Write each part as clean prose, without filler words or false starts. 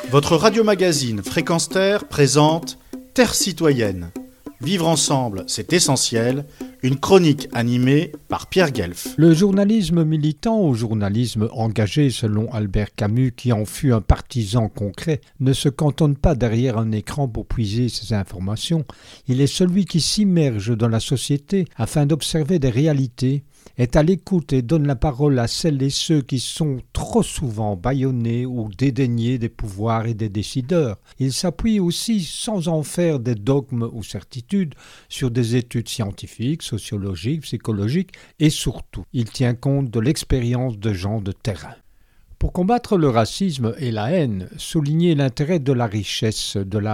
Votre radio-magazine Fréquence Terre présente Terre citoyenne. Vivre ensemble, c'est essentiel. Une chronique animée par Pierre Guelf. Le journalisme militant ou journalisme engagé, selon Albert Camus, qui en fut un partisan concret, ne se cantonne pas derrière un écran pour puiser ses informations. Il est celui qui s'immerge dans la société afin d'observer des réalités, est à l'écoute et donne la parole à celles et ceux qui sont trop souvent bâillonnés ou dédaignés des pouvoirs et des décideurs. Il s'appuie aussi, sans en faire des dogmes ou certitudes, sur des études scientifiques, sociologiques, psychologiques et surtout, il tient compte de l'expérience de gens de terrain. Pour combattre le racisme et la haine, souligner l'intérêt de la richesse, de la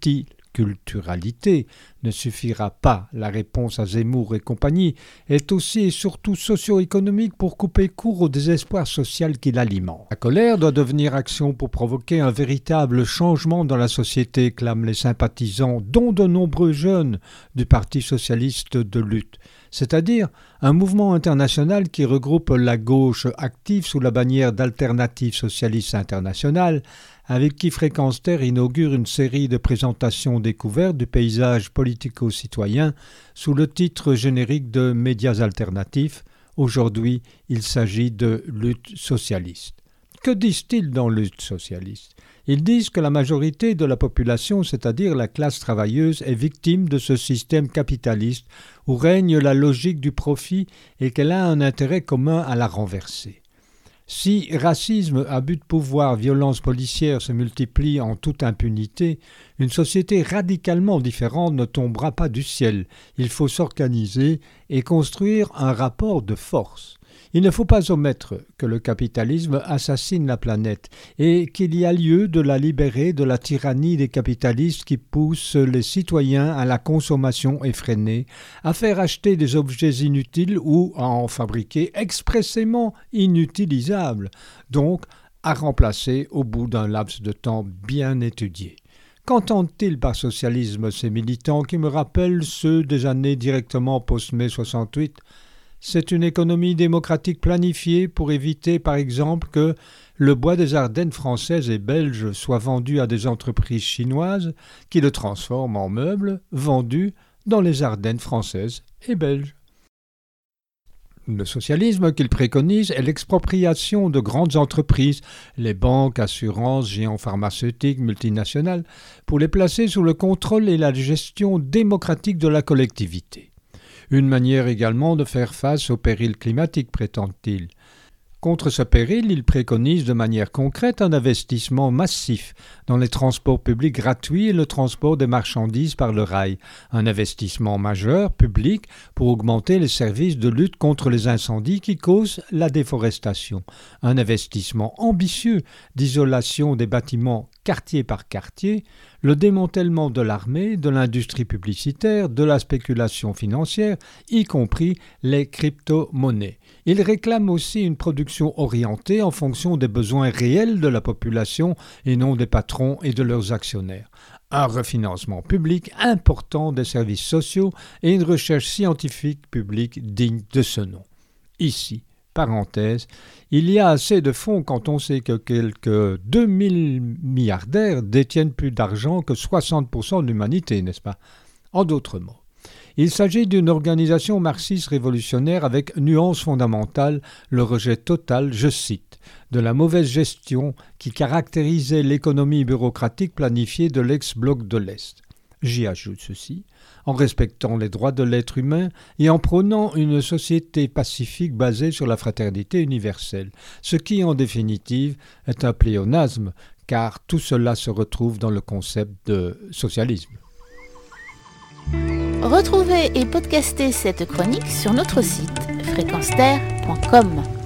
multiculturalité ne suffira pas. La réponse à Zemmour et compagnie est aussi et surtout socio-économique pour couper court au désespoir social qui l'alimente. La colère doit devenir action pour provoquer un véritable changement dans la société, clament les sympathisants, dont de nombreux jeunes du Parti socialiste de lutte. C'est-à-dire un mouvement international qui regroupe la gauche active sous la bannière d'Alternative socialiste internationale, avec qui Fréquence Terre inaugure une série de présentations découvertes du paysage politico-citoyen sous le titre générique de Médias alternatifs. Aujourd'hui, il s'agit de lutte socialiste. Que disent-ils dans lutte socialiste ? Ils disent que la majorité de la population, c'est-à-dire la classe travailleuse, est victime de ce système capitaliste où règne la logique du profit et qu'elle a un intérêt commun à la renverser. Si racisme, abus de pouvoir, violence policière se multiplient en toute impunité, une société radicalement différente ne tombera pas du ciel. Il faut s'organiser et construire un rapport de force. Il ne faut pas omettre que le capitalisme assassine la planète et qu'il y a lieu de la libérer de la tyrannie des capitalistes qui poussent les citoyens à la consommation effrénée, à faire acheter des objets inutiles ou à en fabriquer expressément inutilisables, donc à remplacer au bout d'un laps de temps bien étudié. Qu'entendent-ils par socialisme ces militants qui me rappellent ceux des années directement post-mai 68 ? C'est une économie démocratique planifiée pour éviter, par exemple, que le bois des Ardennes françaises et belges soit vendu à des entreprises chinoises qui le transforment en meubles vendus dans les Ardennes françaises et belges. Le socialisme qu'il préconise est l'expropriation de grandes entreprises, les banques, assurances, géants pharmaceutiques, multinationales, pour les placer sous le contrôle et la gestion démocratique de la collectivité. Une manière également de faire face au péril climatique, prétend-il. Contre ce péril, il préconise de manière concrète un investissement massif dans les transports publics gratuits et le transport des marchandises par le rail, un investissement majeur, public, pour augmenter les services de lutte contre les incendies qui causent la déforestation, un investissement ambitieux d'isolation des bâtiments quartier par quartier, le démantèlement de l'armée, de l'industrie publicitaire, de la spéculation financière, y compris les crypto-monnaies. Il réclame aussi une production orientée en fonction des besoins réels de la population et non des patrons et de leurs actionnaires. Un refinancement public important des services sociaux et une recherche scientifique publique digne de ce nom. Ici, parenthèse, il y a assez de fonds quand on sait que quelques 2000 milliardaires détiennent plus d'argent que 60% de l'humanité, n'est-ce pas ? En d'autres mots, il s'agit d'une organisation marxiste révolutionnaire avec nuance fondamentale, le rejet total, je cite, de la mauvaise gestion qui caractérisait l'économie bureaucratique planifiée de l'ex-bloc de l'Est. J'y ajoute ceci, en respectant les droits de l'être humain et en prônant une société pacifique basée sur la fraternité universelle, ce qui en définitive est un pléonasme, car tout cela se retrouve dans le concept de socialisme. Retrouvez et podcastez cette chronique sur notre site fréquenceterre.com.